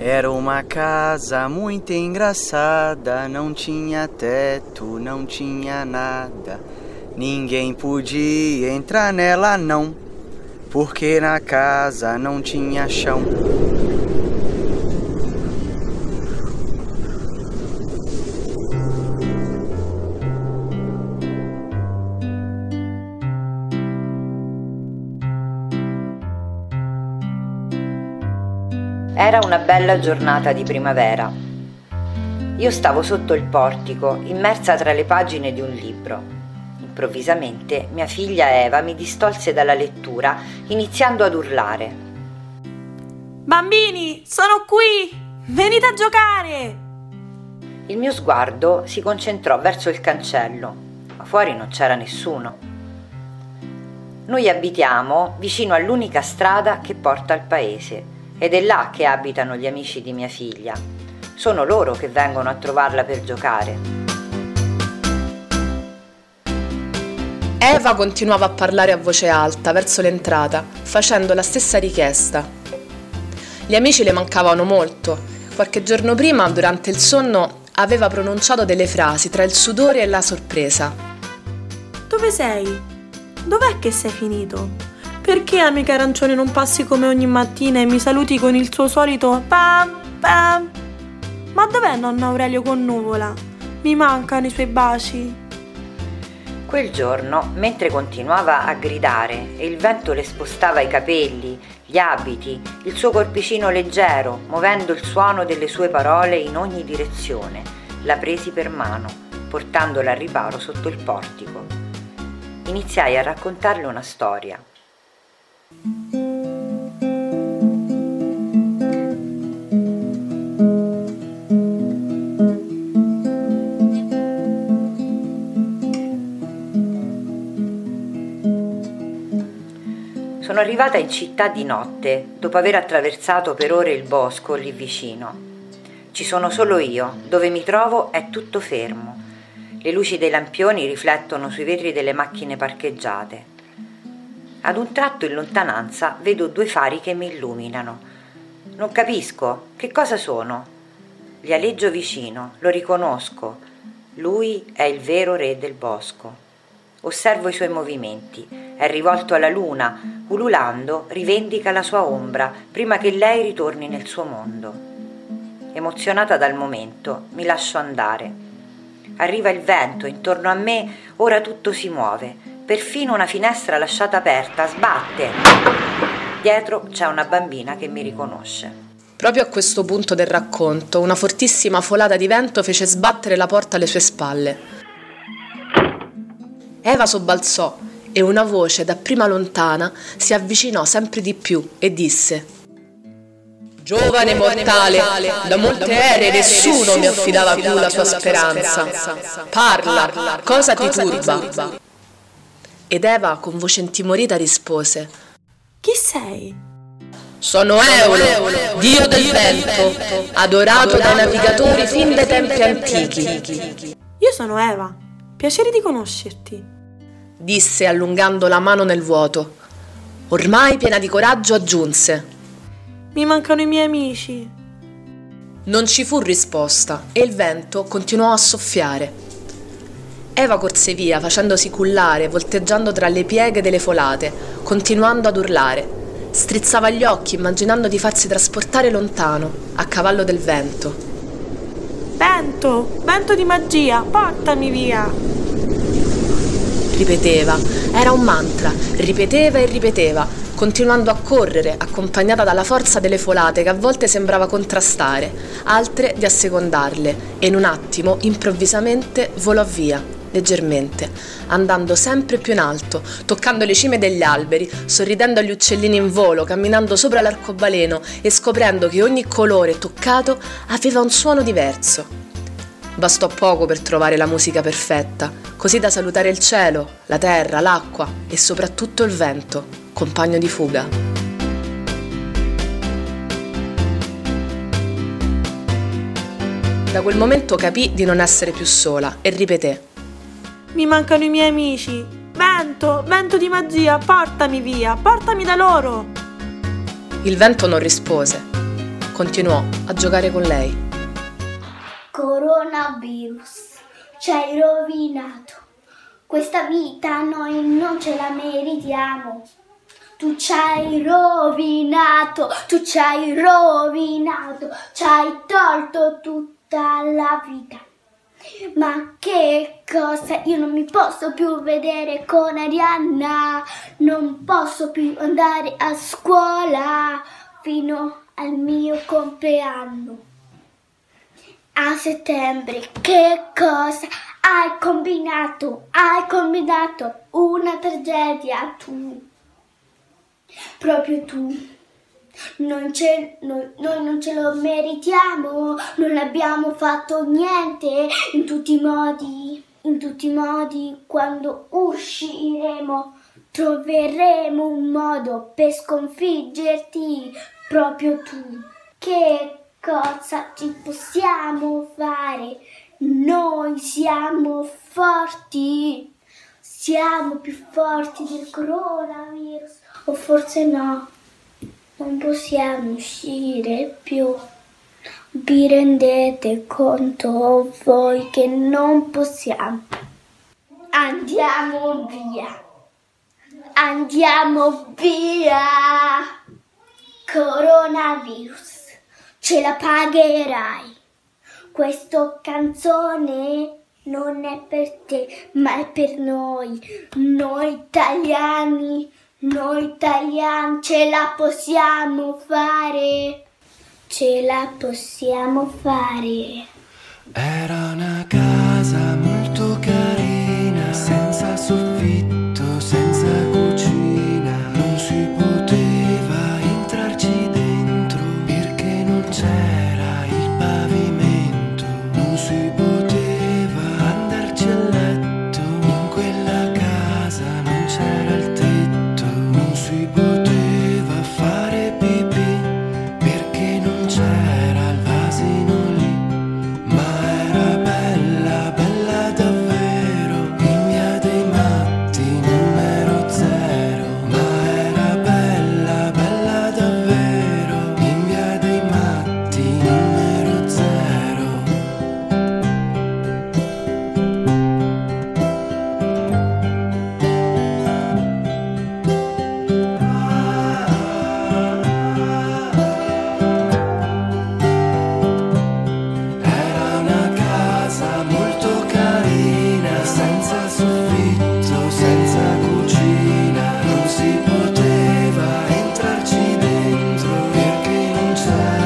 Era uma casa muito engraçada, não tinha teto, não tinha nada. Ninguém podia entrar nela não, porque na casa não tinha chão. Era una bella giornata di primavera. Io stavo sotto il portico, immersa tra le pagine di un libro. Improvvisamente mia figlia Eva mi distolse dalla lettura, iniziando ad urlare. Bambini, sono qui! Venite a giocare! Il mio sguardo si concentrò verso il cancello, ma fuori non c'era nessuno. Noi abitiamo vicino all'unica strada che porta al paese. Ed è là che abitano gli amici di mia figlia. Sono loro che vengono a trovarla per giocare. Eva continuava a parlare a voce alta verso l'entrata, facendo la stessa richiesta. Gli amici le mancavano molto. Qualche giorno prima, durante il sonno, aveva pronunciato delle frasi tra il sudore e la sorpresa. Dove sei? Dov'è che sei finito? Perché, amica arancione, non passi come ogni mattina e mi saluti con il tuo solito pam pam? Ma dov'è nonno Aurelio con Nuvola? Mi mancano i suoi baci. Quel giorno, mentre continuava a gridare e il vento le spostava i capelli, gli abiti, il suo corpicino leggero, muovendo il suono delle sue parole in ogni direzione, la presi per mano, portandola al riparo sotto il portico. Iniziai a raccontarle una storia. Sono arrivata in città di notte, dopo aver attraversato per ore il bosco lì vicino. Ci sono solo io, dove mi trovo è tutto fermo. Le luci dei lampioni riflettono sui vetri delle macchine parcheggiate. Ad un tratto in lontananza vedo 2 fari che mi illuminano. Non capisco, che cosa sono? Gli aleggio vicino, lo riconosco. Lui è il vero re del bosco. Osservo i suoi movimenti. È rivolto alla luna, ululando rivendica la sua ombra prima che lei ritorni nel suo mondo. Emozionata dal momento, mi lascio andare. Arriva il vento, intorno a me ora tutto si muove. Perfino una finestra lasciata aperta sbatte. Dietro c'è una bambina che mi riconosce. Proprio a questo punto del racconto, una fortissima folata di vento fece sbattere la porta alle sue spalle. Eva sobbalzò e una voce dapprima lontana si avvicinò sempre di più e disse: «Giovane mortale, da molte ere nessuno mi affidava più la sua speranza. Parla, cosa ti turba?» Ed Eva con voce intimorita rispose: Chi sei? «Sono Eolo, dio del vento, adorato dai navigatori fin dai tempi antichi». Io sono Eva, piacere di conoscerti, disse allungando la mano nel vuoto. Ormai piena di coraggio aggiunse: mi mancano i miei amici. Non ci fu risposta e il vento continuò a soffiare. Eva corse via facendosi cullare, volteggiando tra le pieghe delle folate, continuando ad urlare. Strizzava gli occhi immaginando di farsi trasportare lontano, a cavallo del vento. Vento, vento di magia, portami via! Ripeteva, era un mantra, ripeteva e ripeteva, continuando a correre, accompagnata dalla forza delle folate che a volte sembrava contrastare, altre di assecondarle, e in un attimo, improvvisamente, volò via, leggermente, andando sempre più in alto, toccando le cime degli alberi, sorridendo agli uccellini in volo, camminando sopra l'arcobaleno e scoprendo che ogni colore toccato aveva un suono diverso. Bastò poco per trovare la musica perfetta, così da salutare il cielo, la terra, l'acqua e soprattutto il vento, compagno di fuga. Da quel momento capì di non essere più sola e ripeté: mi mancano i miei amici. Vento, vento di magia, portami via, portami da loro. Il vento non rispose. continuò a giocare con lei. Coronavirus, ci hai rovinato. Questa vita noi non ce la meritiamo. Tu ci hai rovinato, ci hai tolto tutta la vita. Ma che cosa? Io non mi posso più vedere con Arianna, non posso più andare a scuola fino al mio compleanno. A settembre, che cosa hai combinato? Hai combinato una tragedia tu, proprio tu. Noi non ce lo meritiamo, non abbiamo fatto niente. In tutti i modi, quando usciremo, troveremo un modo per sconfiggerti, proprio tu. Che cosa ci possiamo fare? Noi siamo forti, siamo più forti del coronavirus, o forse no. Non possiamo uscire più. Vi rendete conto voi che non possiamo? Andiamo via. Andiamo via. Coronavirus, ce la pagherai. Questa canzone non è per te, ma è per noi. Noi italiani ce la possiamo fare, Era una casa molto carina, senza soffitto, senza cucina, non si poteva entrarci dentro perché non c'era il pavimento, non si poteva andarci a letto, in quella casa non c'era il tetto, non si poteva fare pipì perché non c'era il vasino lì, ma era bella, bella davvero, in via dei Matti numero 0, ma era bella, bella davvero, in via dei Matti numero 0. Era una casa molto carina, senza soffitto, senza cucina, non si poteva entrarci dentro perché non c'era